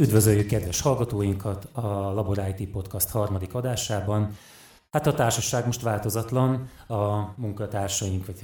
Üdvözöljük kedves hallgatóinkat a Labor IT Podcast harmadik adásában. Hát a társaság most változatlan, a munkatársaink, vagy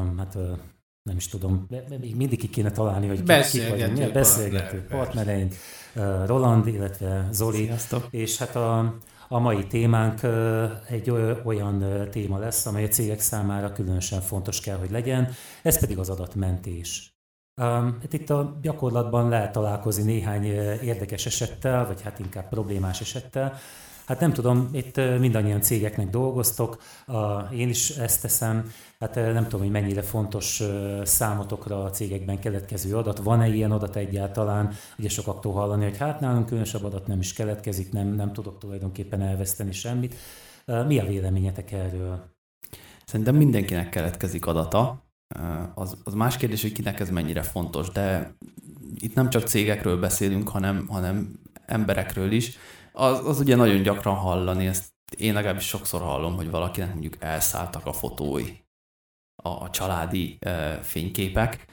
nem is tudom, még mindig ki kéne találni, hogy kik vagyunk. Beszélgető partnereink, Roland, illetve Zoli. Sziasztok. És hát a mai témánk egy olyan téma lesz, amely a cégek számára különösen fontos kell, hogy legyen, ez pedig az adatmentés. Itt a gyakorlatban lehet találkozni néhány érdekes esettel, vagy hát inkább problémás esettel. Hát nem tudom, itt mindannyian cégeknek dolgoztok, én is ezt teszem, hát nem tudom, hogy mennyire fontos számotokra a cégekben keletkező adat, van-e ilyen adat egyáltalán, ugye sokaktól hallani, hogy hát nálunk különösebb adat nem is keletkezik, nem tudok tulajdonképpen elveszteni semmit. Mi a véleményetek erről? Szerintem mindenkinek keletkezik adata. Az más kérdés, hogy kinek ez mennyire fontos, de itt nem csak cégekről beszélünk, hanem emberekről is. Az ugye nagyon gyakran hallani, ezt én legalábbis sokszor hallom, hogy valakinek mondjuk elszálltak a fotói, a családi fényképek,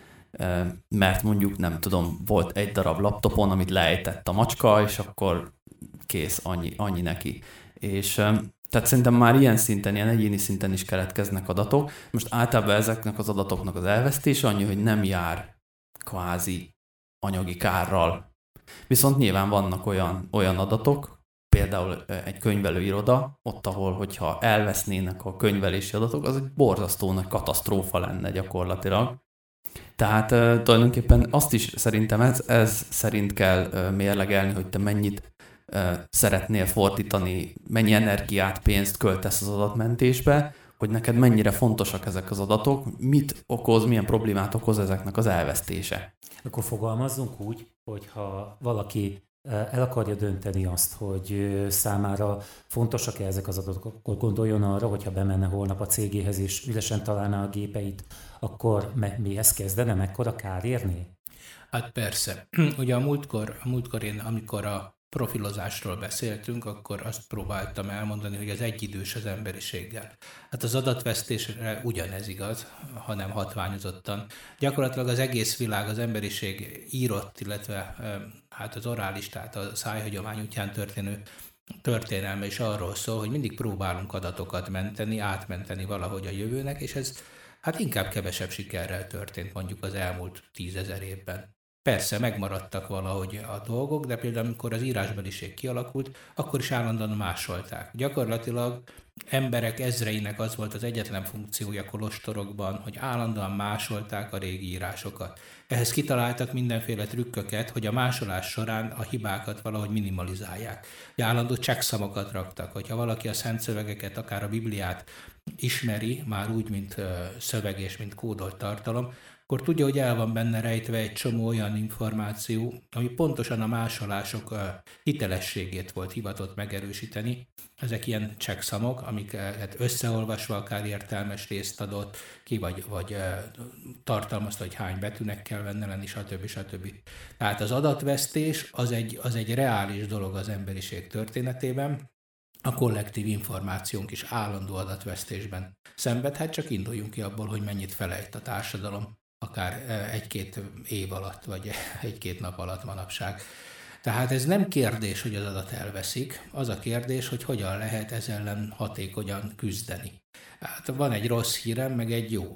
mert mondjuk nem tudom, volt egy darab laptopon, amit leejtett a macska, és akkor kész, annyi neki. És tehát szerintem már ilyen szinten, ilyen egyéni szinten is keletkeznek adatok. Most általában ezeknek az adatoknak az elvesztése annyi, hogy nem jár kvázi anyagi kárral. Viszont nyilván vannak olyan adatok, például egy könyvelőiroda, ott, ahol, hogyha elvesznének a könyvelési adatok, az egy borzasztó nagy katasztrófa lenne gyakorlatilag. Tehát tulajdonképpen azt is szerintem ez szerint kell mérlegelni, hogy te mennyit szeretnél fordítani, mennyi energiát, pénzt költesz az adatmentésbe, hogy neked mennyire fontosak ezek az adatok, mit okoz, milyen problémát okoz ezeknek az elvesztése. Akkor fogalmazzunk úgy, hogyha valaki el akarja dönteni azt, hogy számára fontosak-e ezek az adatok, akkor gondoljon arra, hogyha bemenne holnap a cégéhez és üresen találná a gépeit, akkor mihez kezdene, mekkora kár érné? Hát persze. Ugye a múltkor én, amikor a profilozásról beszéltünk, akkor azt próbáltam elmondani, hogy az egyidős az emberiséggel. Hát az adatvesztésre ugyanez igaz, hanem hatványozottan. Gyakorlatilag az egész világ, az emberiség írott, illetve hát az orális, tehát a szájhagyomány útján történő történelme is arról szól, hogy mindig próbálunk adatokat menteni, átmenteni valahogy a jövőnek, és ez hát inkább kevesebb sikerrel történt mondjuk az elmúlt 10 000 évben. Persze megmaradtak valahogy a dolgok, de például amikor az írásbeliség kialakult, akkor is állandóan másolták. Gyakorlatilag emberek ezreinek az volt az egyetlen funkciója kolostorokban, hogy állandóan másolták a régi írásokat. Ehhez kitaláltak mindenféle trükköket, hogy a másolás során a hibákat valahogy minimalizálják. Állandó csekkszamokat raktak, hogyha valaki a szent szövegeket, akár a Bibliát ismeri, már úgy, mint szöveg és mint kódolt tartalom, akkor tudja, hogy el van benne rejtve egy csomó olyan információ, ami pontosan a másolások hitelességét volt hivatott megerősíteni. Ezek ilyen csekkszamok, amiket összeolvasva akár értelmes részt adott ki, vagy tartalmazta, hogy hány betűnek kell benne lenni, stb. Tehát az adatvesztés az egy reális dolog az emberiség történetében. A kollektív információnk is állandó adatvesztésben szenvedhet, csak induljunk ki abból, hogy mennyit felejt a társadalom, akár egy-két év alatt, vagy egy-két nap alatt manapság. Tehát ez nem kérdés, hogy az adat elveszik, az a kérdés, hogy hogyan lehet ez ellen hatékonyan küzdeni. Hát van egy rossz hírem, meg egy jó.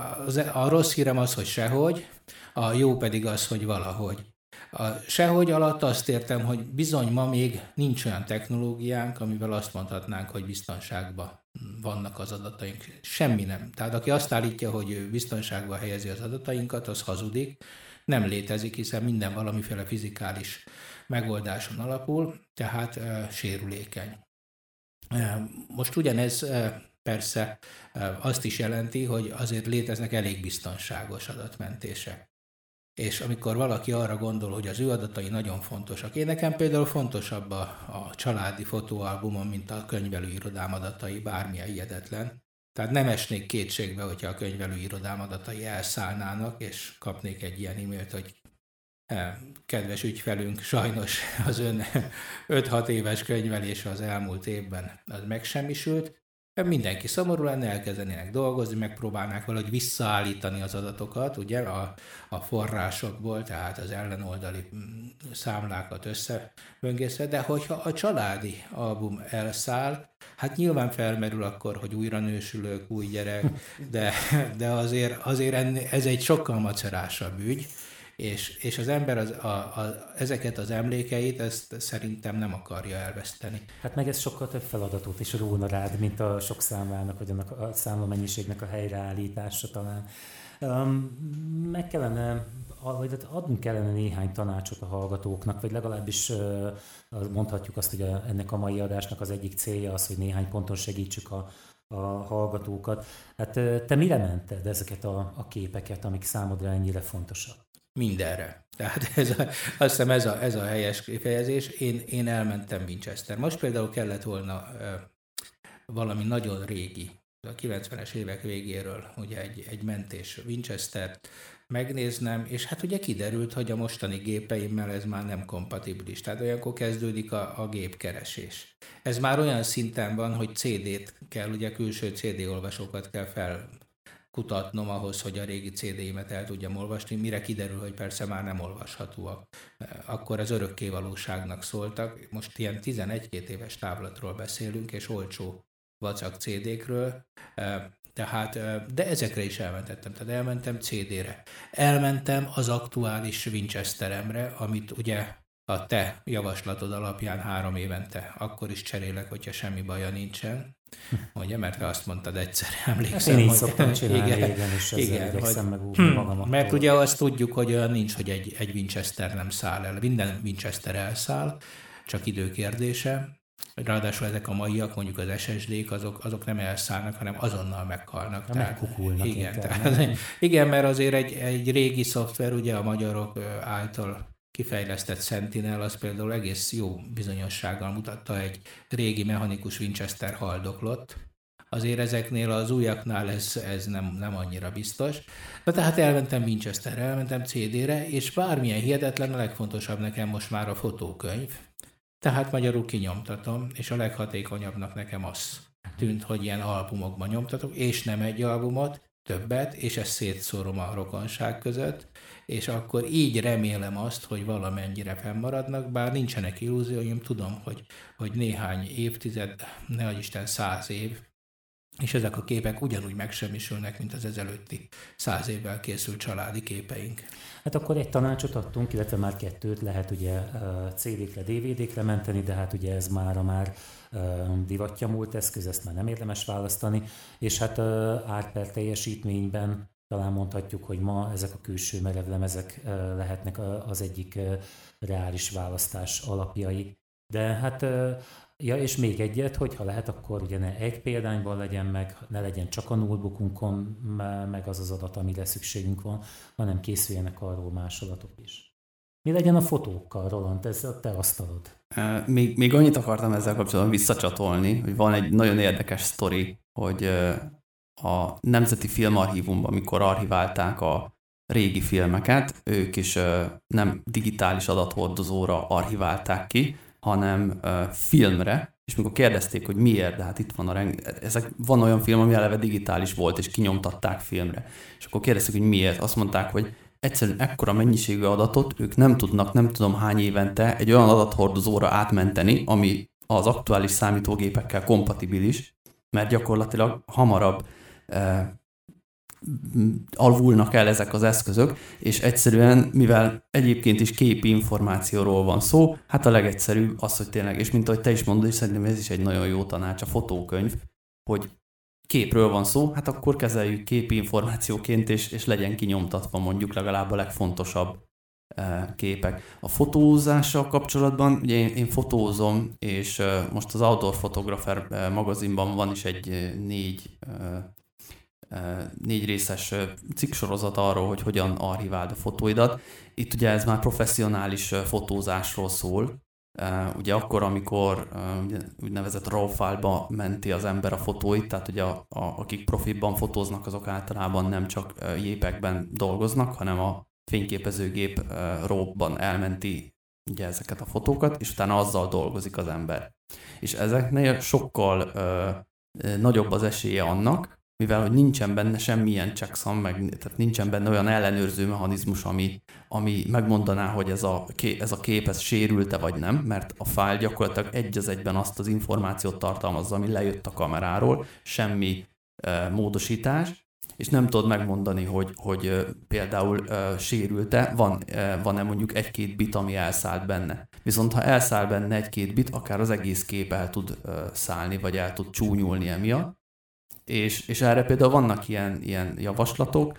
A rossz hírem az, hogy sehogy, a jó pedig az, hogy valahogy. A sehogy alatt azt értem, hogy bizony ma még nincs olyan technológiánk, amivel azt mondhatnánk, hogy biztonságban vannak az adataink. Semmi nem. Tehát aki azt állítja, hogy ő biztonságban helyezi az adatainkat, az hazudik. Nem létezik, hiszen minden valamiféle fizikális megoldáson alapul, tehát sérülékeny. Most ugyanez persze azt is jelenti, hogy azért léteznek elég biztonságos adatmentések. És amikor valaki arra gondol, hogy az ő adatai nagyon fontosak. Én nekem például fontosabb a családi fotóalbumon, mint a könyvelőirodám adatai, bármilyen hihetetlen. Tehát nem esnék kétségbe, hogyha a könyvelőirodám adatai elszállnának, és kapnék egy ilyen e-mailt, hogy kedves ügyfelünk, sajnos az ön 5-6 éves könyvelése az elmúlt évben az megsemmisült. Mindenki szomorú lenne, elkezdenének dolgozni, megpróbálnák valahogy visszaállítani az adatokat, ugye, a forrásokból, tehát az ellenoldali számlákat összeböngészve, de hogyha a családi album elszáll, hát nyilván felmerül akkor, hogy újra nősülők, új gyerek, de azért ez egy sokkal macerásabb ügy, és az ember ezeket az emlékeit, ezt szerintem nem akarja elveszteni. Hát meg ez sokkal több feladatot is róna rád, mint a sok számlának, vagy annak a számlamennyiségnek a helyreállítása talán. Meg kellene, vagy adnunk kellene néhány tanácsot a hallgatóknak, vagy legalábbis mondhatjuk azt, hogy ennek a mai adásnak az egyik célja az, hogy néhány ponton segítsük a hallgatókat. Hát te mire mented ezeket a képeket, amik számodra ennyire fontosak? Mindenre. Tehát azt hiszem ez a helyes kifejezés. Én elmentem Winchester. Most például kellett volna valami nagyon régi, a 90-es évek végéről ugye egy mentés Winchestert megnéznem, és hát ugye kiderült, hogy a mostani gépeimmel ez már nem kompatibilis. Tehát olyankor kezdődik a gépkeresés. Ez már olyan szinten van, hogy CD-t kell, ugye külső CD-olvasókat kell felkutatnom ahhoz, hogy a régi CD-imet el tudjam olvasni, mire kiderül, hogy persze már nem olvashatóak. Akkor az örökkévalóságnak szóltak. Most ilyen 11-2 éves távlatról beszélünk, és olcsó vacak CD-kről, de ezekre is elmentettem. Tehát elmentem CD-re. Elmentem az aktuális Winchesteremre, amit ugye a te javaslatod alapján 3 évente akkor is cserélek, hogyha semmi baja nincsen. Ugye, mert te azt mondtad egyszer, emlékszem. Én így szoktam csinálni régen, és ezzel igyekszem megúvni magamat. Mert ugye azt tudjuk, hogy olyan nincs, hogy egy Winchester nem száll el. Minden Winchester elszáll, csak időkérdése. Ráadásul ezek a maiak, mondjuk az SSD-k, azok nem elszállnak, hanem azonnal meghalnak. Megkukulnak. Igen, mert azért egy régi szoftver, ugye a magyarok által kifejlesztett Sentinel, az például egész jó bizonyossággal mutatta egy régi mechanikus Winchester haldoklott. Azért ezeknél az újaknál ez nem annyira biztos. Na tehát elmentem Winchesterre, elmentem CD-re, és bármilyen hihetetlen, a legfontosabb nekem most már a fotókönyv. Tehát magyarul kinyomtatom, és a leghatékonyabbnak nekem az tűnt, hogy ilyen albumokban nyomtatok, és nem egy albumot, többet, és ezt szétszórom a rokonság között, és akkor így remélem azt, hogy valamennyire fennmaradnak, bár nincsenek illúzióim, tudom, hogy néhány évtized, nehogy Isten 100 év, és ezek a képek ugyanúgy megsemmisülnek, mint az ezelőtti 100 évvel készült családi képeink. Hát akkor egy tanácsot adtunk, illetve már 2 lehet ugye CD-kre, DVD-kre menteni, de hát ugye ez már divatja múlt eszköz, ezt már nem érdemes választani, és hát ár per teljesítményben talán mondhatjuk, hogy ma ezek a külső merevlemezek lehetnek az egyik reális választás alapjai. De hát ja, és még egyet, hogyha lehet, akkor ugye ne egy példányban legyen meg, ne legyen csak a notebookunkon meg az adat, amire szükségünk van, hanem készüljenek arról másolatok is. Mi legyen a fotókkal, Roland? Ez a te asztalod. Még annyit akartam ezzel kapcsolatban visszacsatolni, hogy van egy nagyon érdekes sztori, hogy a Nemzeti Filmarchívumban, amikor archiválták a régi filmeket, ők is nem digitális adathordozóra archiválták ki, hanem filmre, és mikor kérdezték, hogy miért, de hát itt van van olyan film, ami eleve digitális volt, és kinyomtatták filmre. És akkor kérdezték, hogy miért. Azt mondták, hogy egyszerűen ekkora mennyiségű adatot ők nem tudnak, nem tudom hány évente egy olyan adathordozóra átmenteni, ami az aktuális számítógépekkel kompatibilis, mert gyakorlatilag hamarabb alvulnak el ezek az eszközök, és egyszerűen, mivel egyébként is képi információról van szó, hát a legegyszerűbb az, hogy tényleg, és mint ahogy te is mondod, és szerintem ez is egy nagyon jó tanács, a fotókönyv, hogy képről van szó, hát akkor kezeljük képi információként, és legyen kinyomtatva mondjuk legalább a legfontosabb képek. A fotózással kapcsolatban, ugye én fotózom, és most az Outdoor Photographer magazinban van is egy 4 részes cikksorozat arról, hogy hogyan archiváld a fotóidat. Itt ugye ez már professzionális fotózásról szól. Ugye akkor, amikor úgynevezett RAW file-ba menti az ember a fotóit, tehát ugye akik profiban fotóznak, azok általában nem csak JPEG-ben dolgoznak, hanem a fényképezőgép RAW-ban elmenti ugye ezeket a fotókat, és utána azzal dolgozik az ember. És ezeknél sokkal nagyobb az esélye annak, mivel hogy nincsen benne semmilyen checksum, tehát nincsen benne olyan ellenőrző mechanizmus, ami megmondaná, hogy ez a kép ez sérült-e vagy nem, mert a fájl gyakorlatilag egy az egyben azt az információt tartalmazza, ami lejött a kameráról, semmi módosítás, és nem tudod megmondani, hogy például sérült-e, van-e mondjuk 1-2 bit, ami elszállt benne. Viszont ha elszáll benne 1-2 bit, akár az egész kép el tud szállni, vagy el tud csúnyulni emiatt. És erre például vannak ilyen javaslatok,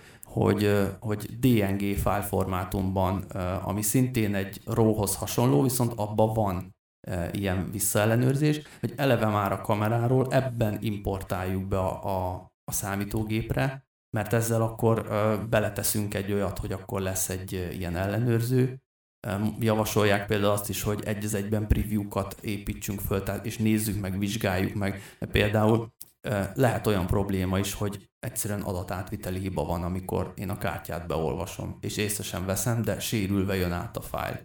hogy DNG fájlformátumban, ami szintén egy RAW-hoz hasonló, viszont abban van ilyen visszaellenőrzés, hogy eleve már a kameráról ebben importáljuk be a számítógépre, mert ezzel akkor beleteszünk egy olyat, hogy akkor lesz egy ilyen ellenőrző. Javasolják például azt is, hogy egy az egyben preview-kat építsünk föl, és nézzük meg, vizsgáljuk meg. Például lehet olyan probléma is, hogy egyszerűen adatátviteli hiba van, amikor én a kártyát beolvasom, és észre sem veszem, de sérülve jön át a fájl.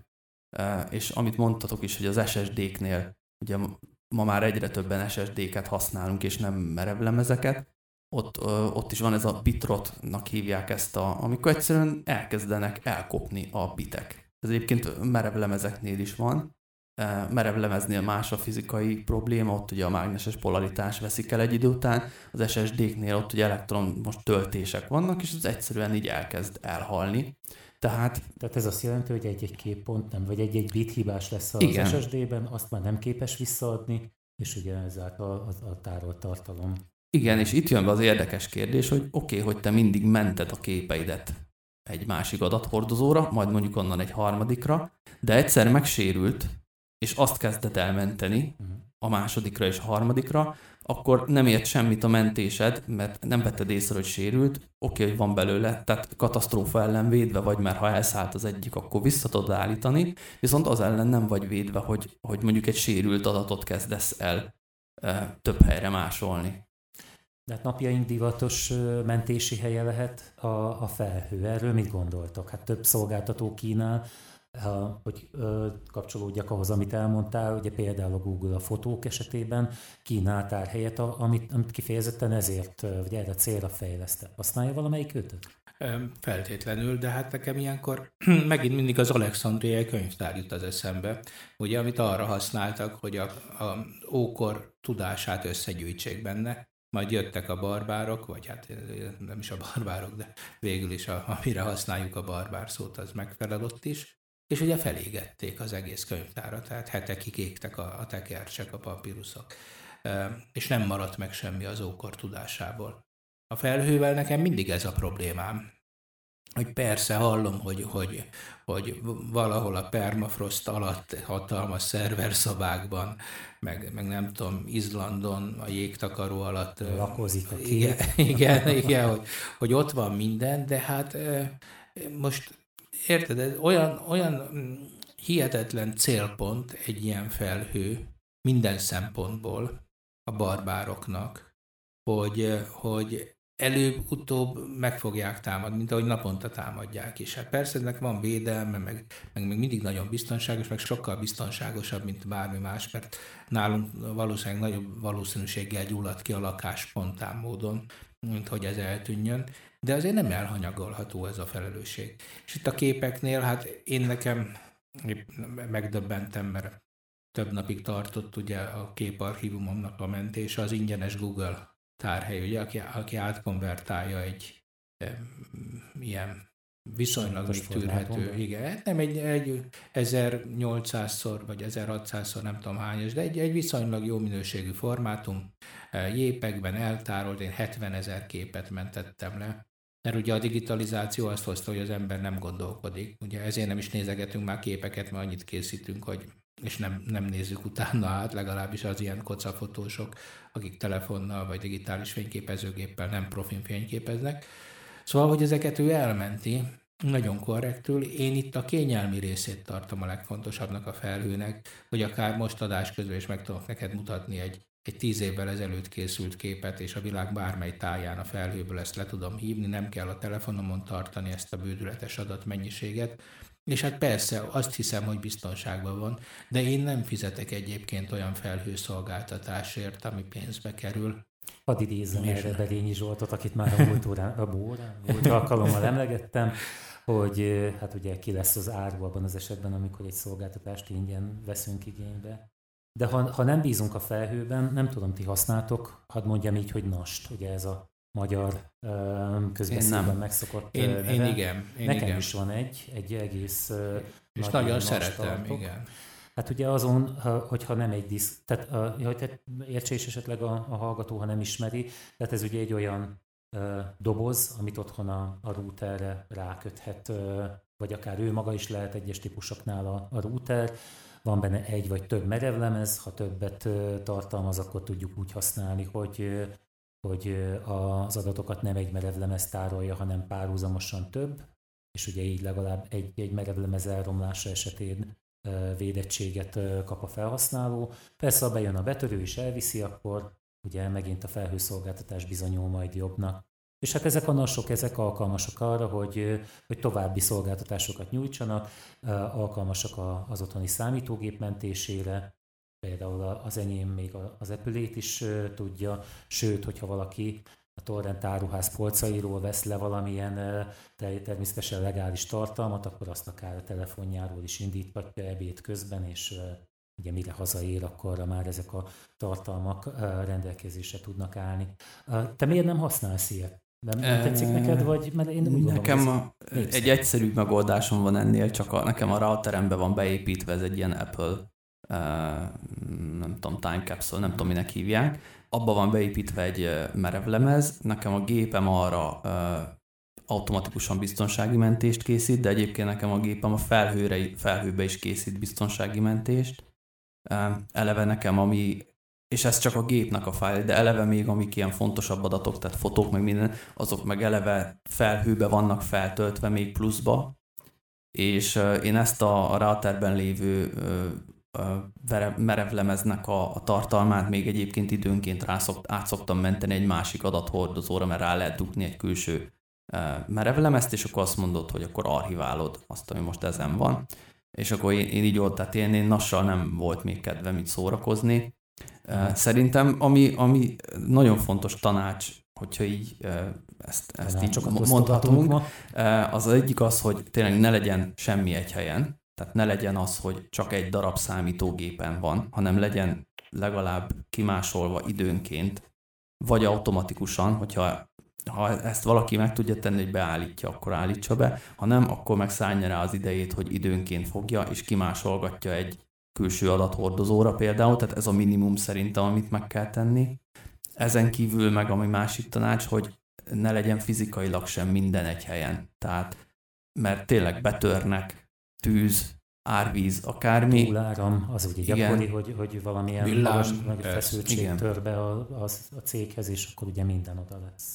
És amit mondtatok is, hogy az SSD-knél, ugye ma már egyre többen SSD-ket használunk, és nem merevlemezeket, ott is van ez a bitrotnak hívják ezt, amikor egyszerűen elkezdenek elkopni a bitek. Ez egyébként merevlemezeknél is van. Merevlemeznél más a fizikai probléma, ott ugye a mágneses polaritás veszik el egy idő után, az SSD-knél ott ugye elektromos töltések vannak, és ez egyszerűen így elkezd elhalni. Tehát ez azt jelenti, hogy egy-egy képpont nem, vagy egy-egy bit hibás lesz az igen. SSD-ben, azt már nem képes visszaadni, és ugye ezáltal a tárolt tartalom. Igen, és itt jön be az érdekes kérdés, hogy oké, hogy te mindig mented a képeidet egy másik adathordozóra, majd mondjuk onnan egy harmadikra, de egyszer megsérült, és azt kezdett elmenteni a másodikra és a harmadikra, akkor nem ért semmit a mentésed, mert nem vetted észre, hogy sérült, oké, hogy van belőle, tehát katasztrófa ellen védve vagy, mert ha elszállt az egyik, akkor vissza tudod állítani, viszont az ellen nem vagy védve, hogy mondjuk egy sérült adatot kezdesz el több helyre másolni. De hát napjaink divatos mentési helye lehet a felhő. Erről mit gondoltok? Hát több szolgáltató kínál, hogy kapcsolódjak ahhoz, amit elmondtál, ugye például a Google a fotók esetében kínál tárhelyet, amit kifejezetten ezért, vagy erre célra fejlesztett. Használja valamelyik őtöt? Feltétlenül, de hát nekem ilyenkor megint mindig az Alexandriai könyvtár jut az eszembe, ugye, amit arra használtak, hogy a ókor tudását összegyűjtsék benne, majd jöttek a barbárok, vagy hát nem is a barbárok, de végül is amire használjuk a barbár szót, az megfelel ott is, és ugye felégették az egész könyvtárat, tehát hetekig égtek a tekercsek, a papíruszok, és nem maradt meg semmi az ókor tudásából. A felhővel nekem mindig ez a problémám, hogy persze hallom, hogy valahol a permafrost alatt hatalmas szerverszobákban, meg nem tudom, Izlandon a jégtakaró alatt lakozik a kép. Igen, hogy ott van minden, de hát most érted, ez olyan hihetetlen célpont egy ilyen felhő minden szempontból a barbároknak, hogy előbb-utóbb meg fogják támadni, mint ahogy naponta támadják is. Hát persze ennek van védelme, meg mindig nagyon biztonságos, meg sokkal biztonságosabb, mint bármi más, mert nálunk valószínűleg nagyobb valószínűséggel gyullad ki a lakás spontán módon, mint hogy ez eltűnjön, de azért nem elhanyagolható ez a felelősség. És itt a képeknél, hát én nekem megdöbbentem, mert több napig tartott ugye a képarchívumomnak a mentése, az ingyenes Google tárhely, ugye, aki átkonvertálja egy ilyen viszonylag még tűrhető, igen, nem egy 1800-szor vagy 1600-szor nem tudom hányos, de egy viszonylag jó minőségű formátum, JPEG-ben eltárolt, én 70 000 képet mentettem le, mert ugye a digitalizáció azt hozta, hogy az ember nem gondolkodik, ugye ezért nem is nézegetünk már képeket, mert annyit készítünk, és nem nézzük utána át, legalábbis az ilyen kocafotósok, akik telefonnal vagy digitális fényképezőgéppel nem profin fényképeznek. Szóval, hogy ezeket ő elmenti, nagyon korrektül. Én itt a kényelmi részét tartom a legfontosabbnak a felhőnek, hogy akár most adás közben is meg tudok neked mutatni egy 10 évvel ezelőtt készült képet, és a világ bármely táján a felhőből ezt le tudom hívni, nem kell a telefonomon tartani ezt a bődületes adatmennyiséget. És hát persze, azt hiszem, hogy biztonságban van, de én nem fizetek egyébként olyan felhőszolgáltatásért, ami pénzbe kerül, Hadd idézzem erre Berényi Zsoltot, akit már a múlt alkalommal emlegettem, hogy hát ugye ki lesz az áru abban az esetben, amikor egy szolgáltatást ingyen veszünk igénybe. De ha nem bízunk a felhőben, nem tudom, ti használtok, hadd mondjam így, hogy NAS-t, ugye ez a magyar közbeszédben megszokott neve. Én igen. Nekem is van egy egész és nagyon szeretem, igen. Hát ugye azon, hogyha nem egy tehát értse is esetleg a hallgató, ha nem ismeri, tehát ez ugye egy olyan doboz, amit otthon a routerre ráköthet, vagy akár ő maga is lehet egyes típusoknál a router. Van benne egy vagy több merevlemez, ha többet tartalmaz, akkor tudjuk úgy használni, hogy az adatokat nem egy merevlemez tárolja, hanem párhuzamosan több, és ugye így legalább egy merevlemez elromlása esetén védettséget kap a felhasználó. Persze, ha bejön a betörő és elviszi, akkor ugye megint a felhőszolgáltatás bizonyul majd jobbnak. És hát ezek a NAS-ok, ezek alkalmasak arra, hogy további szolgáltatásokat nyújtsanak, alkalmasak az otthoni számítógép mentésére, például az enyém még az Apple-ét is tudja, sőt, hogyha valaki a torrent áruház polcairól vesz le valamilyen természetesen legális tartalmat, akkor azt akár a telefonjáról is indíthatja ebéd közben, és ugye mire hazaér, akkorra már ezek a tartalmak rendelkezésre tudnak állni. Te miért nem használsz ilyet? Nem tetszik neked, vagy? Mert én úgy nekem egy egyszerű megoldásom van ennél, csak nekem a routerembe van beépítve, ez egy ilyen Apple, nem tudom, time capsule, nem tudom, minek hívják. Abba van beépítve egy merevlemez, nekem a gépem arra automatikusan biztonsági mentést készít, de egyébként nekem a gépem a felhőbe is készít biztonsági mentést. Eleve nekem, és ez csak a gépnek a fájl, de eleve még amik ilyen fontosabb adatok, tehát fotók meg minden, azok meg eleve felhőbe vannak feltöltve még pluszba, és én ezt a routerben lévő merevlemeznek a tartalmát még egyébként időnként át szoktam menteni egy másik adathordozóra, mert rá lehet dugni egy külső merevlemezt, és akkor azt mondod, hogy akkor archiválod azt, ami most ezen van. És akkor én így volt, tehát én NAS-sal nem volt még kedvem így szórakozni. Szerintem, ami nagyon fontos tanács, hogyha így ezt így mondhatunk, az egyik az, hogy tényleg ne legyen semmi egy helyen, tehát ne legyen az, hogy csak egy darab számítógépen van, hanem legyen legalább kimásolva időnként, vagy automatikusan, hogyha ezt valaki meg tudja tenni, hogy beállítja, akkor állítsa be, ha nem, akkor meg szállja rá az idejét, hogy időnként fogja, és kimásolgatja egy külső adathordozóra például, tehát ez a minimum szerintem, amit meg kell tenni. Ezen kívül meg ami másik tanács, hogy ne legyen fizikailag sem minden egy helyen, tehát mert tényleg betörnek, tűz, árvíz, akármi. Túláram, az ugye gyakori, hogy valamilyen magas feszültség tör be a céghez, és akkor ugye minden oda lesz.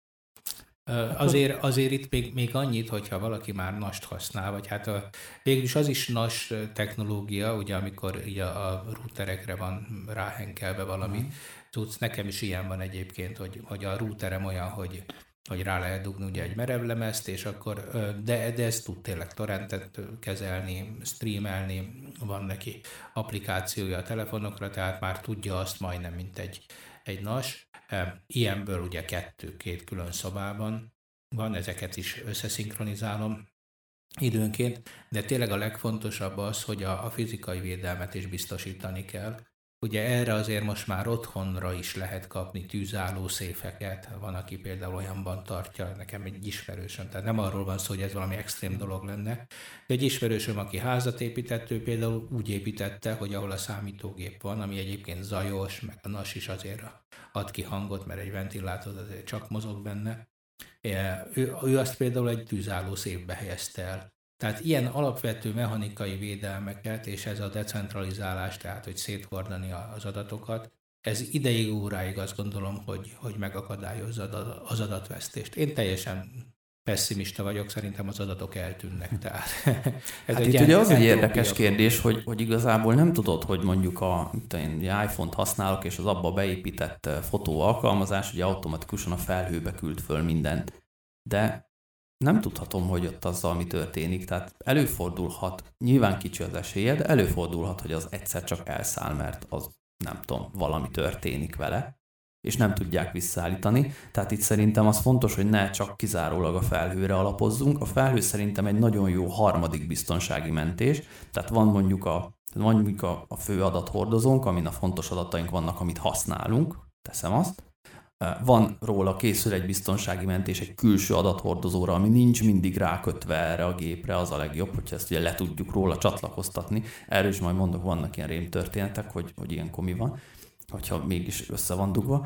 Azért itt még annyit, hogyha valaki már NAS-t használ, vagy hát végülis az is NAS technológia, ugye amikor ugye a routerekre van ráhenkelve valami cucc. Nekem is ilyen van egyébként, hogy a routerem olyan, hogy rá lehet dugni ugye egy merevlemezt, és akkor, de ez tud tényleg torrentet kezelni, streamelni, van neki applikációja a telefonokra, tehát már tudja azt majdnem, mint egy NAS. Ilyenből ugye két külön szobában van, ezeket is összeszinkronizálom időnként, de tényleg a legfontosabb az, hogy a fizikai védelmet is biztosítani kell. Ugye erre azért most már otthonra is lehet kapni tűzálló széfeket, van, aki például olyanban tartja, nekem egy ismerősöm, tehát nem arról van szó, hogy ez valami extrém dolog lenne, de egy ismerősöm, aki házat épített, ő például úgy építette, hogy ahol a számítógép van, ami egyébként zajos, meg a NAS is azért ad ki hangot, mert egy ventilátor azért csak mozog benne, ő azt például egy tűzálló széfbe helyezte el. Tehát ilyen alapvető mechanikai védelmeket, és ez a decentralizálás, tehát hogy széthordani az adatokat, ez ideig, óráig azt gondolom, hogy megakadályozza az adatvesztést. Én teljesen pessimista vagyok, szerintem az adatok eltűnnek. Tehát ez hát itt ugye az egy érdekes kérdés, hogy igazából nem tudod, hogy mondjuk én iPhone-t használok, és az abba beépített fotóalkalmazás ugye automatikusan a felhőbe küld föl mindent. De nem tudhatom, hogy ott azzal mi történik, tehát előfordulhat, nyilván kicsi az esélye, de előfordulhat, hogy az egyszer csak elszáll, mert az nem tudom, valami történik vele. és nem tudják visszaállítani. Tehát itt szerintem az fontos, hogy ne csak kizárólag a felhőre alapozzunk. A felhő szerintem egy nagyon jó harmadik biztonsági mentés. Tehát van mondjuk a fő adathordozónk, amin a fontos adataink vannak, amit használunk, teszem azt. Van róla, készül egy biztonsági mentés egy külső adathordozóra, ami nincs mindig rákötve erre a gépre, az a legjobb, hogyha ezt ugye le tudjuk róla csatlakoztatni. Erről is majd mondok, vannak ilyen rémtörténetek, hogy ilyenkor mi van, hogyha mégis össze van dugva.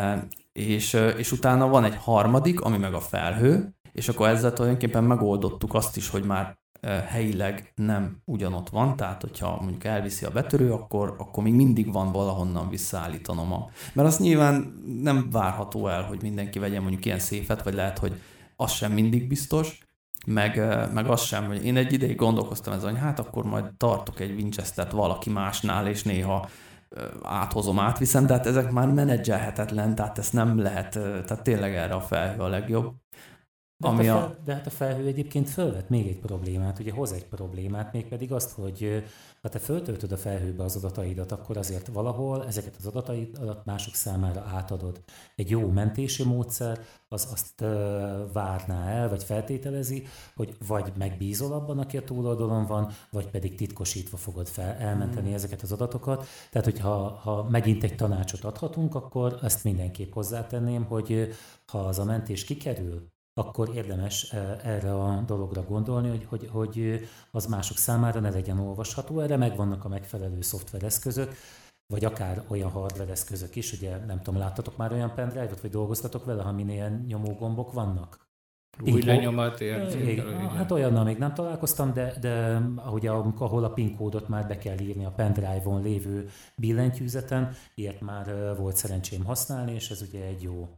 És utána van egy harmadik, ami meg a felhő, és akkor ezzel tulajdonképpen megoldottuk azt is, hogy már helyileg nem ugyanott van, tehát hogyha mondjuk elviszi a betörő, akkor még mindig van valahonnan visszaállítanom. Mert az nyilván nem várható el, hogy mindenki vegyen mondjuk ilyen széfet, vagy lehet, hogy az sem mindig biztos, meg az sem, hogy én egy ideig gondolkoztam ezen, hogy hát akkor majd tartok egy Winchestert valaki másnál, és néha áthozom, de hát ezek már menedzselhetetlen, tehát ezt nem lehet, tehát tényleg erre a felhő a legjobb. De hát a felhő egyébként fölvet még egy problémát, ugye hoz egy problémát, mégpedig azt, hogy ha te föltöltöd a felhőbe az adataidat, akkor azért valahol ezeket az adataidat mások számára átadod. Egy jó mentési módszer az azt várná el, vagy feltételezi, hogy vagy megbízol abban, aki a túloldalon van, vagy pedig titkosítva fogod elmenteni ezeket az adatokat. Tehát, hogyha megint egy tanácsot adhatunk, akkor ezt mindenképp hozzátenném, hogy ha az a mentés kikerül, akkor érdemes erre a dologra gondolni, hogy az mások számára ne legyen olvasható. Erre megvannak a megfelelő szoftvereszközök, vagy akár olyan hardware eszközök is, ugye nem tudom, láttatok már olyan pendrive-ot, vagy dolgoztatok vele, ha minél nyomógombok vannak? Új lenyomat, hát olyannal még nem találkoztam, de ugye, ahol a PIN kódot már be kell írni a pendrive-on lévő billentyűzeten, ilyet már volt szerencsém használni, és ez ugye egy jó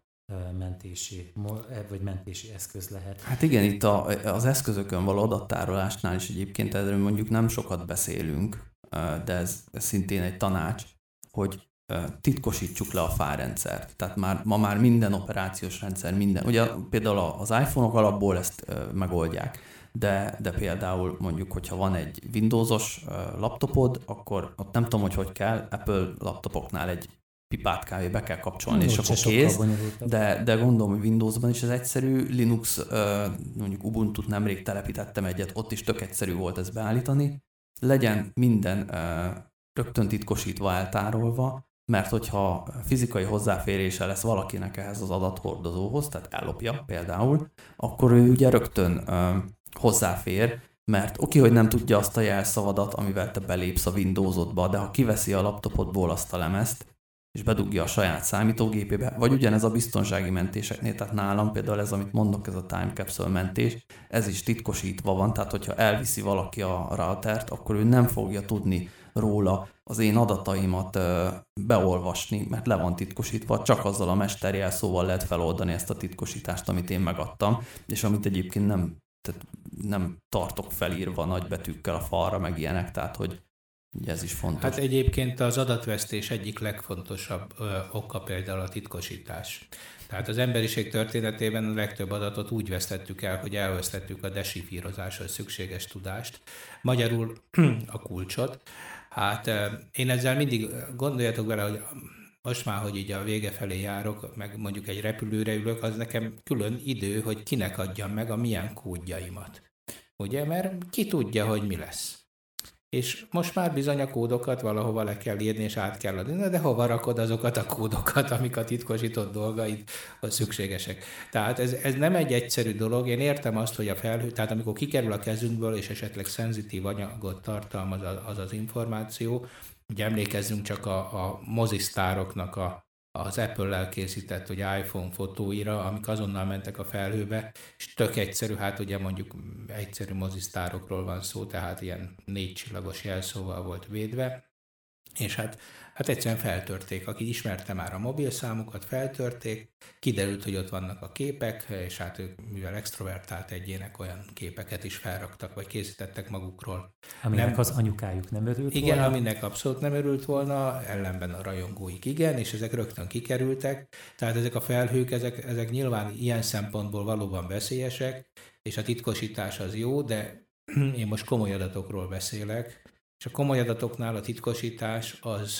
mentési eszköz lehet. Hát igen, itt az eszközökön való adattárolásnál is egyébként erről mondjuk nem sokat beszélünk, de ez szintén egy tanács, hogy titkosítsuk le a fájlrendszert. Tehát ma már minden operációs rendszer, ugye például az iPhone-ok alapból ezt megoldják, de például mondjuk, hogyha van egy Windowsos laptopod, akkor ott nem tudom, hogy kell, Apple laptopoknál egy pipát kávé be kell kapcsolni, és akkor kész. De gondolom, hogy Windowsban is ez egyszerű. Linux, mondjuk Ubuntu-t nemrég telepítettem egyet, ott is tök egyszerű volt ezt beállítani. Legyen minden rögtön titkosítva, eltárolva, mert hogyha fizikai hozzáférése lesz valakinek ehhez az adathordozóhoz, tehát ellopja például, akkor ő ugye rögtön hozzáfér, mert oké, hogy nem tudja azt a jelszavadat, amivel te belépsz a Windowsodba, de ha kiveszi a laptopodból azt a lemezt, és bedugja a saját számítógépébe, vagy ugyanez a biztonsági mentéseknél, tehát nálam például ez, amit mondok, ez a time capsule mentés, ez is titkosítva van, tehát hogyha elviszi valaki a routert, akkor ő nem fogja tudni róla az én adataimat beolvasni, mert le van titkosítva, csak azzal a mesterjelszóval lehet feloldani ezt a titkosítást, amit én megadtam, és amit egyébként nem tartok felírva nagybetűkkel a falra, meg ilyenek, tehát hogy ugye ez is fontos. Hát egyébként az adatvesztés egyik legfontosabb oka például a titkosítás. Tehát az emberiség történetében a legtöbb adatot úgy vesztettük el, hogy elvesztettük a desifírozáshoz szükséges tudást, magyarul a kulcsot. Hát én ezzel mindig gondoljatok vele, hogy most már, hogy így a vége felé járok, meg mondjuk egy repülőre ülök, az nekem külön idő, hogy kinek adjam meg a milyen kódjaimat. Ugye, mert ki tudja, hogy mi lesz. És most már bizony a kódokat valahova le kell írni, és át kell adni, de hova rakod azokat a kódokat, amik a titkosított dolgaid szükségesek. Tehát ez nem egy egyszerű dolog. Én értem azt, hogy a felhő, tehát amikor kikerül a kezünkből, és esetleg szenzitív anyagot tartalmaz az információ, ugye emlékezzünk csak a mozisztároknak az Apple-lel készített, hogy iPhone fotóira, amik azonnal mentek a felhőbe, és tök egyszerű, hát ugye mondjuk egyszerű mozisztárokról van szó, tehát ilyen 4 csillagos jelszóval volt védve, és hát egyszerűen feltörték. Aki ismerte már a mobilszámukat, feltörték, kiderült, hogy ott vannak a képek, és hát ők, mivel extrovertált egyének, olyan képeket is felraktak, vagy készítettek magukról. Aminek az anyukájuk nem örült volna? Igen, aminek abszolút nem örült volna, ellenben a rajongóik igen, és ezek rögtön kikerültek. Tehát ezek a felhők, ezek nyilván ilyen szempontból valóban veszélyesek, és a titkosítás az jó, de én most komoly adatokról beszélek, és a komoly adatoknál a titkosítás az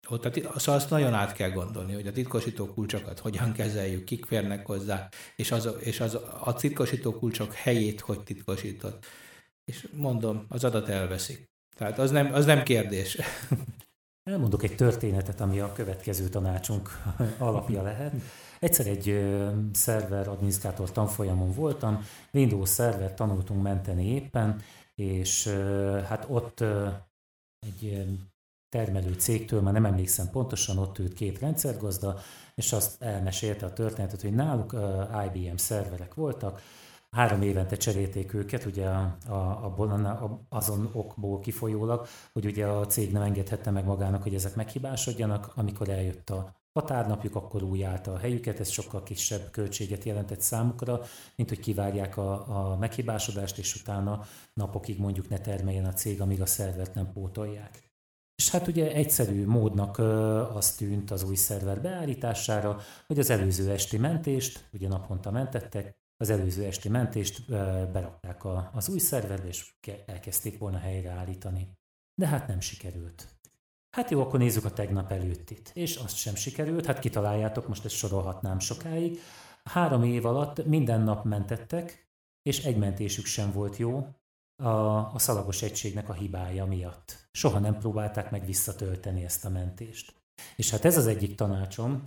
Szóval azt nagyon át kell gondolni, hogy a titkosító kulcsokat hogyan kezeljük, kik férnek hozzá, és a titkosító kulcsok helyét hogy titkosított. És mondom, az adat elveszik. Tehát az nem kérdés. Elmondok egy történetet, ami a következő tanácsunk alapja lehet. Egyszer egy szerver adminisztrátor tanfolyamon voltam, Windows szervert tanultunk menteni éppen, és hát ott egy termelő cégtől, már nem emlékszem pontosan, ott ült 2 rendszergazda, és azt elmesélte a történetet, hogy náluk IBM szerverek voltak, 3 évente cserélték őket, ugye azon okból kifolyólag, hogy ugye a cég nem engedhette meg magának, hogy ezek meghibásodjanak. Amikor eljött a határnapjuk, akkor új állta a helyüket, ez sokkal kisebb költséget jelentett számukra, mint hogy kivárják a meghibásodást, és utána napokig mondjuk ne termeljen a cég, amíg a szervert nem pótolják. És hát ugye egyszerű módnak az tűnt az új szerver beállítására, hogy az előző esti mentést, ugye naponta mentettek, az előző esti mentést berakták az új szerverbe, és elkezdték volna helyreállítani. De hát nem sikerült. Hát jó, akkor nézzük a tegnap előttit. És azt sem sikerült, hát kitaláljátok, most ezt sorolhatnám sokáig. 3 év alatt minden nap mentettek, és egy mentésük sem volt jó a szalagos egységnek a hibája miatt. Soha nem próbálták meg visszatölteni ezt a mentést. És hát ez az egyik tanácsom,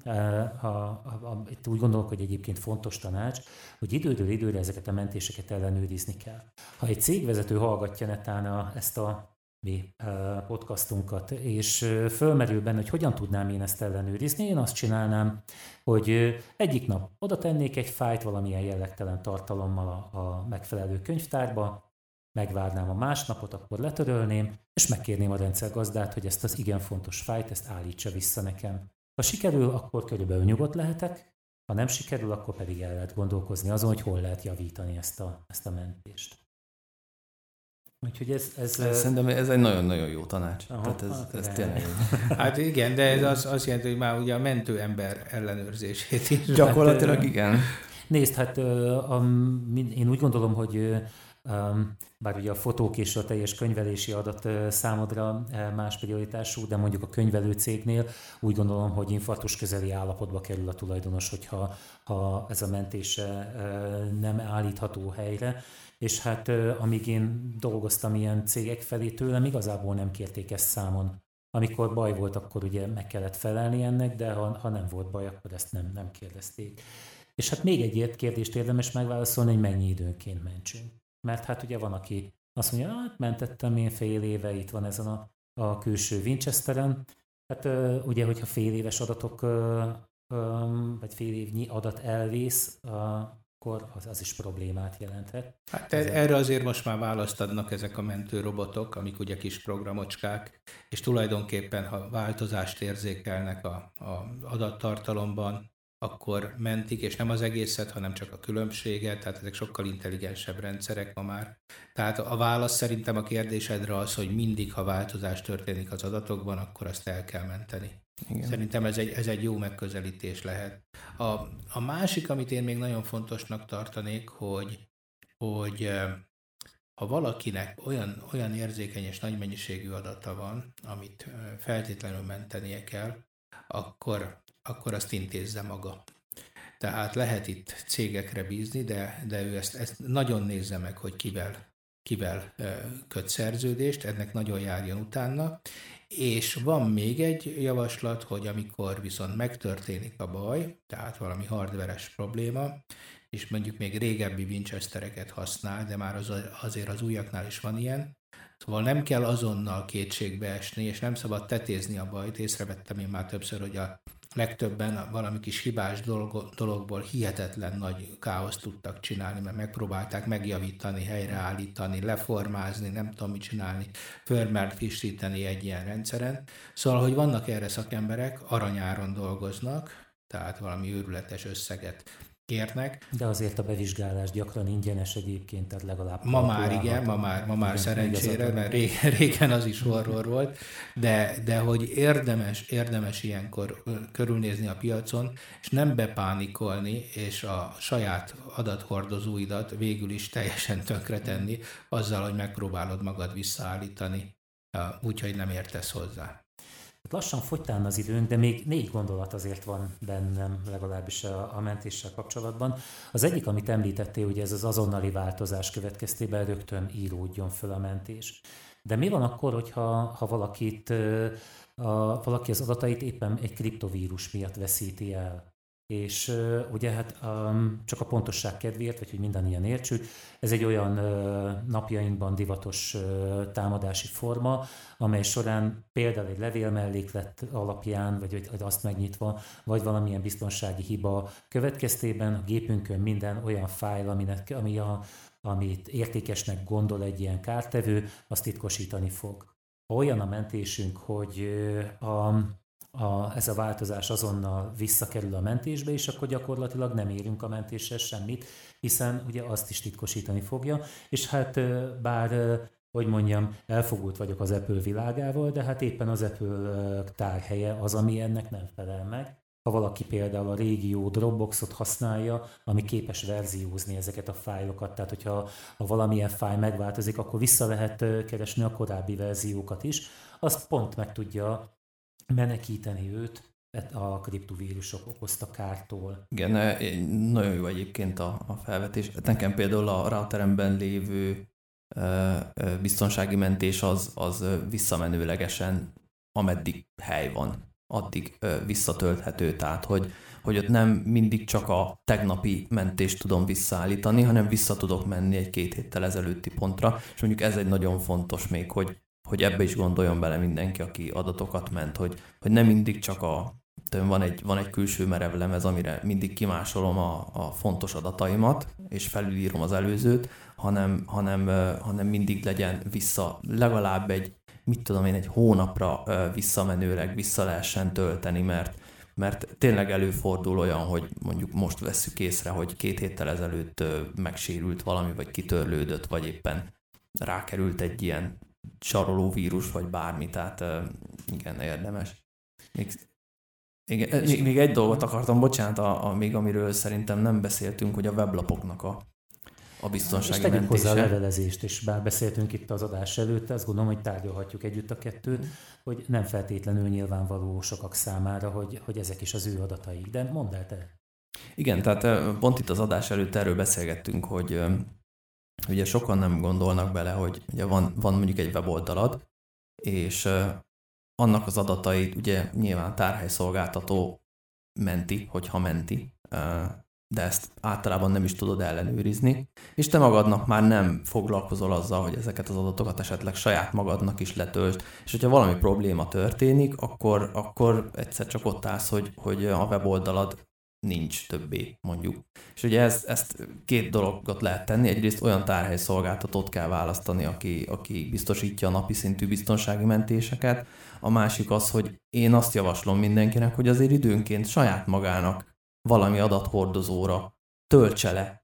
itt úgy gondolok, hogy egyébként fontos tanács, hogy időről időre ezeket a mentéseket ellenőrizni kell. Ha egy cégvezető hallgatja netán ezt a mi podcastunkat, és fölmerül benne, hogy hogyan tudnám én ezt ellenőrizni, én azt csinálnám, hogy egyik nap oda tennék egy fájlt valamilyen jellegtelen tartalommal a megfelelő könyvtárba, megvárnám a másnapot, akkor letörölném, és megkérném a rendszergazdát, hogy ezt az igen fontos fájlt, ezt állítsa vissza nekem. Ha sikerül, akkor körülbelül nyugodt lehetek, ha nem sikerül, akkor pedig el lehet gondolkozni azon, hogy hol lehet javítani ezt a mentést. Úgyhogy Szerintem ez egy nagyon-nagyon jó tanács. Aha, tehát ez tényleg. Hát igen, de ez azt jelenti, hogy már ugye a mentő ember ellenőrzését is. Gyakorlatilag igen. Nézd, hát én úgy gondolom, hogy bár ugye a fotók és a teljes könyvelési adat számodra más prioritású, de mondjuk a könyvelő cégnél úgy gondolom, hogy infarktus közeli állapotba kerül a tulajdonos, hogyha ez a mentése nem állítható helyre. És hát amíg én dolgoztam ilyen cégek felé, tőlem igazából nem kérték ezt számon. Amikor baj volt, akkor ugye meg kellett felelni ennek, de ha nem volt baj, akkor ezt nem kérdezték. És hát még egy kérdést érdemes megválaszolni, hogy mennyi időnként mentsünk. Mert hát ugye van, aki azt mondja, hát mentettem én fél éve, itt van ezen a külső Winchesteren. Hát ugye, hogyha fél éves adatok, vagy fél évnyi adat elvész, akkor az is problémát jelenthet. Hát erre azért most már választ adnak ezek a mentőrobotok, amik ugye kis programocskák, és tulajdonképpen, ha változást érzékelnek a adattartalomban, akkor mentik, és nem az egészet, hanem csak a különbséget, tehát ezek sokkal intelligensebb rendszerek ma már. Tehát a válasz szerintem a kérdésedre az, hogy mindig, ha változás történik az adatokban, akkor azt el kell menteni. Igen. Szerintem ez egy jó megközelítés lehet. A másik, amit én még nagyon fontosnak tartanék, hogy ha valakinek olyan érzékeny és nagy mennyiségű adata van, amit feltétlenül mentenie kell, akkor azt intézze maga. Tehát lehet itt cégekre bízni, de ő ezt nagyon nézze meg, hogy kivel köt szerződést, ennek nagyon járjon utána. És van még egy javaslat, hogy amikor viszont megtörténik a baj, tehát valami hardveres probléma, és mondjuk még régebbi Winchestereket használ, de már azért az újaknál is van ilyen, szóval nem kell azonnal kétségbe esni, és nem szabad tetézni a bajt. Észrevettem én már többször, hogy a legtöbben valami kis hibás dologból hihetetlen nagy káoszt tudtak csinálni, mert megpróbálták megjavítani, helyreállítani, leformázni, nem tudom mit csinálni, firmware frissíteni egy ilyen rendszeren. Szóval, hogy vannak erre szakemberek, aranyáron dolgoznak, tehát valami őrületes összeget kérnek. De azért a bevizsgálás gyakran ingyenes egyébként, tehát legalább... Ma már igen, ma már szerencsére, mert régen az is horror volt, de hogy érdemes ilyenkor körülnézni a piacon, és nem bepánikolni, és a saját adathordozóidat végül is teljesen tönkretenni, azzal, hogy megpróbálod magad visszaállítani, úgyhogy nem értesz hozzá. Lassan fogytán az időnk, de még 4 gondolat azért van bennem, legalábbis a mentéssel kapcsolatban. Az egyik, amit említettél, ugye ez az azonnali változás következtében rögtön íródjon föl a mentés. De mi van akkor, hogyha valaki az adatait éppen egy kriptovírus miatt veszíti el? És ugye hát csak a pontosság kedvéért, vagy hogy mindannyian értsük, ez egy olyan napjainkban divatos támadási forma, amely során például egy levélmelléklet alapján, vagy azt megnyitva, vagy valamilyen biztonsági hiba következtében a gépünkön minden olyan fájl, amit értékesnek gondol egy ilyen kártevő, azt titkosítani fog. Ha olyan a mentésünk, hogy ez a változás azonnal visszakerül a mentésbe, és akkor gyakorlatilag nem érünk a mentéssel semmit, hiszen ugye azt is titkosítani fogja, és hát bár, hogy mondjam, elfogult vagyok az Apple világával, de hát éppen az Apple tárhelye az, ami ennek nem felel meg. Ha valaki például a régi jó Dropboxot használja, ami képes verziózni ezeket a fájlokat, tehát hogyha valamilyen fájl megváltozik, akkor vissza lehet keresni a korábbi verziókat is, azt pont meg tudja menekíteni őt a kriptovírusok okozta kártól. Igen, nagyon jó egyébként a felvetés. Nekem például a routeremben lévő biztonsági mentés az visszamenőlegesen, ameddig hely van, addig visszatölthető. Tehát, hogy ott nem mindig csak a tegnapi mentést tudom visszaállítani, hanem vissza tudok menni egy 2 héttel ezelőtti pontra, és mondjuk ez egy nagyon fontos még, hogy ebbe is gondoljon bele mindenki, aki adatokat ment, hogy nem mindig csak van egy külső merevlemez, amire mindig kimásolom a fontos adataimat, és felülírom az előzőt, hanem mindig legyen vissza legalább egy hónapra visszamenőleg vissza lehessen tölteni, mert tényleg előfordul olyan, hogy mondjuk most vesszük észre, hogy 2 héttel ezelőtt megsérült valami, vagy kitörlődött, vagy éppen rákerült egy ilyen saroló vírus, vagy bármi, tehát igen, érdemes. Még egy dolgot akartam, bocsánat, még amiről szerintem nem beszéltünk, hogy a weblapoknak a biztonsági mentése. És tegyük hozzá a levelezést, és bár beszéltünk itt az adás előtt, azt gondolom, hogy tárgyalhatjuk együtt a kettőt, hogy nem feltétlenül nyilvánvaló sokak számára, hogy ezek is az ő adataik, de mondd el te. Igen, tehát pont itt az adás előtt erről beszélgettünk, hogy ugye sokan nem gondolnak bele, hogy ugye van mondjuk egy weboldalad, és annak az adatait ugye nyilván tárhelyszolgáltató menti, hogyha menti, de ezt általában nem is tudod ellenőrizni, és te magadnak már nem foglalkozol azzal, hogy ezeket az adatokat esetleg saját magadnak is letöltsd, és hogyha valami probléma történik, akkor egyszer csak ott állsz, hogy a weboldalad nincs többé, mondjuk. És ugye ezt 2 dologot lehet tenni. Egyrészt olyan tárhelyszolgáltatót kell választani, aki biztosítja a napi szintű biztonsági mentéseket. A másik az, hogy én azt javaslom mindenkinek, hogy azért időnként saját magának valami adathordozóra töltse le.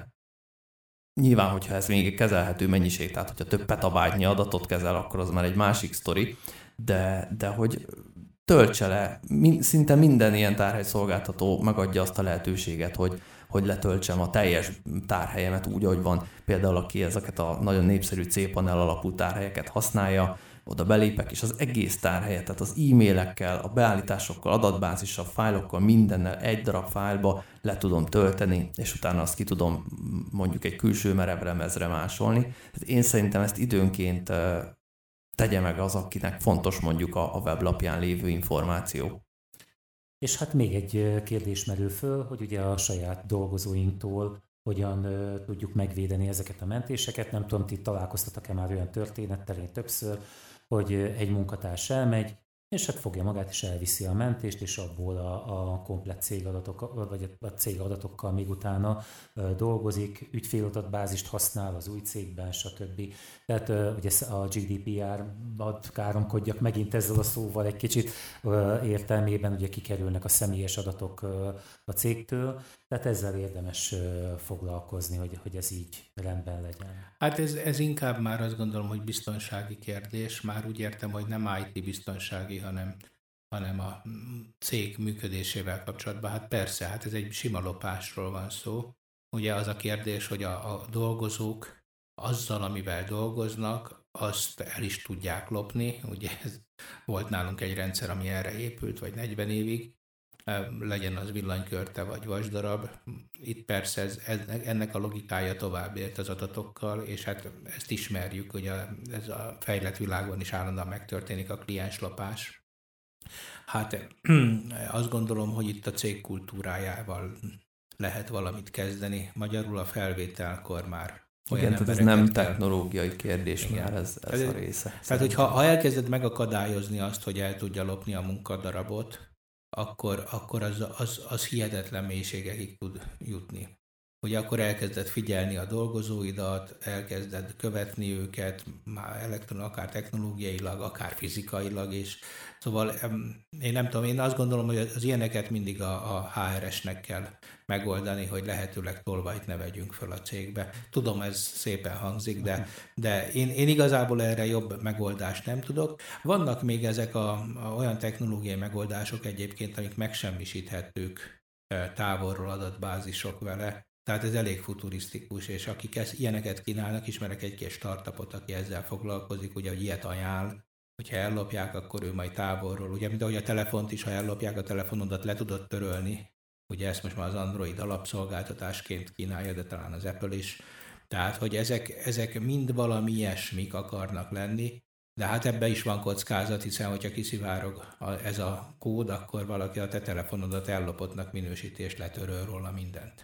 Nyilván, hogyha ez még kezelhető mennyiség, tehát hogyha több petabájtnyi adatot kezel, akkor az már egy másik sztori, de hogy töltse le, szinte minden ilyen tárhelyszolgáltató megadja azt a lehetőséget, hogy letöltsem a teljes tárhelyemet úgy, ahogy van. Például aki ezeket a nagyon népszerű cpanel alapú tárhelyeket használja, oda belépek, és az egész tárhelyet, tehát az e-mailekkel, a beállításokkal, adatbázissal, fájlokkal, mindennel egy darab fájlba le tudom tölteni, és utána azt ki tudom mondjuk egy külső merevlemezre másolni. Tehát én szerintem ezt időnként tegye meg az, akinek fontos mondjuk a weblapján lévő információ. És hát még egy kérdés merül föl, hogy ugye a saját dolgozóinktól hogyan tudjuk megvédeni ezeket a mentéseket. Nem tudom, ti találkoztatok-e már olyan történettel, én többször, hogy egy munkatárs elmegy, és hát fogja magát és elviszi a mentést, és abból a komplett cégadatok, vagy a cégadatokkal még utána dolgozik, ügyféladatbázist használ az új cégben, stb. Tehát ugye a GDPR-at káromkodjak megint ezzel a szóval egy kicsit értelmében, ugye kikerülnek a személyes adatok a cégtől, tehát ezzel érdemes foglalkozni, hogy ez így rendben legyen. Hát ez inkább már azt gondolom, hogy biztonsági kérdés. Már úgy értem, hogy nem IT biztonsági, hanem a cég működésével kapcsolatban. Hát persze, hát ez egy sima lopásról van szó. Ugye az a kérdés, hogy a dolgozók azzal, amivel dolgoznak, azt el is tudják lopni. Ugye volt nálunk egy rendszer, ami erre épült, vagy 40 évig, legyen az villanykörte vagy vasdarab. Itt persze ennek a logikája tovább élt az adatokkal, és hát ezt ismerjük, hogy ez a fejlett világban is állandóan megtörténik a klienslopás. Hát azt gondolom, hogy itt a cég kultúrájával lehet valamit kezdeni. Magyarul a felvételkor már igen, tehát ez nem technológiai kérdés, igen. Már ez a része. Tehát, hogyha elkezded megakadályozni azt, hogy el tudja lopni a munkadarabot, akkor az hihetetlen mélységekig tud jutni. Ugye akkor elkezded figyelni a dolgozóidat, elkezded követni őket, már akár technológiailag, akár fizikailag is. Szóval én nem tudom, én azt gondolom, hogy az ilyeneket mindig a HRS-nek kell megoldani, hogy lehetőleg tolvajt ne vegyünk föl a cégbe. Tudom, ez szépen hangzik, de én igazából erre jobb megoldást nem tudok. Vannak még ezek olyan technológiai megoldások egyébként, amik megsemmisíthetők távolról adatbázisok vele. Tehát ez elég futurisztikus, és akik ilyeneket kínálnak, ismerek egy-két startupot, aki ezzel foglalkozik, ugye, hogy ilyet ajánl, hogyha ellopják, akkor ő majd távolról, ugye, mint ahogy a telefont is, ha ellopják, a telefonodat le tudod törölni, ugye ezt most már az Android alapszolgáltatásként kínálja, de talán az Apple is. Tehát, hogy ezek mind valami ilyesmik akarnak lenni, de hát ebben is van kockázat, hiszen hogyha kiszivárog ez a kód, akkor valaki a te telefonodat ellopottnak minősíti, és letöröl róla mindent.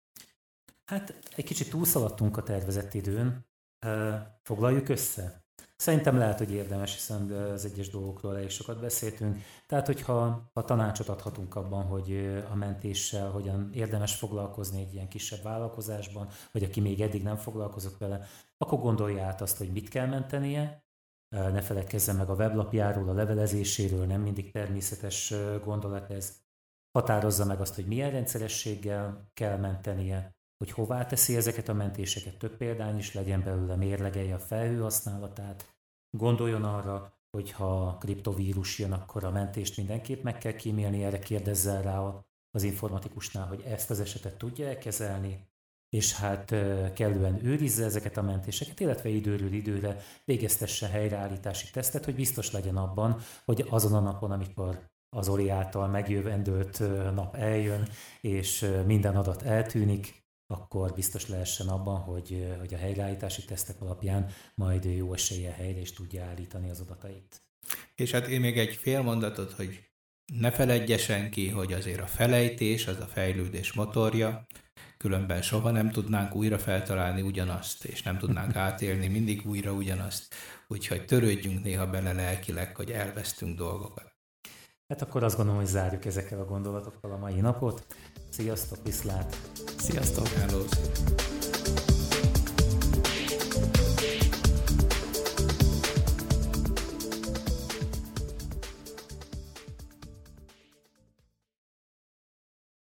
Hát egy kicsit túlszaladtunk a tervezett időn. Foglaljuk össze? Szerintem lehet, hogy érdemes, hiszen az egyes dolgokról elég sokat beszéltünk. Tehát, hogyha tanácsot adhatunk abban, hogy a mentéssel hogyan érdemes foglalkozni egy ilyen kisebb vállalkozásban, vagy aki még eddig nem foglalkozott vele, akkor gondolja át azt, hogy mit kell mentenie. Ne feledkezzen meg a weblapjáról, a levelezéséről, nem mindig természetes gondolat ez. Határozza meg azt, hogy milyen rendszerességgel kell mentenie, hogy hová teszi ezeket a mentéseket, több példány is legyen belőle, mérlegelje a felhőhasználatát, gondoljon arra, hogy ha kriptovírus jön, akkor a mentést mindenképp meg kell kímélni, erre kérdezzel rá az informatikusnál, hogy ezt az esetet tudja kezelni, és hát kellően őrizze ezeket a mentéseket, illetve időről időre végeztesse helyreállítási tesztet, hogy biztos legyen abban, hogy azon a napon, amikor az Oli által megjövendőlt nap eljön, és minden adat eltűnik, akkor biztos lehessen abban, hogy a helyreállítási tesztek alapján majd jó eséllyel helyre is tudja állítani az adatait. És hát én még egy fél mondatot, hogy ne feledje senki, hogy azért a felejtés az a fejlődés motorja, különben soha nem tudnánk újra feltalálni ugyanazt, és nem tudnánk átélni mindig újra ugyanazt, úgyhogy törődjünk néha bele lelkileg, hogy elvesztünk dolgokat. Hát akkor azt gondolom, hogy zárjuk ezekkel a gondolatokkal a mai napot. Sziasztok, viszlát! Sziasztok! Hello.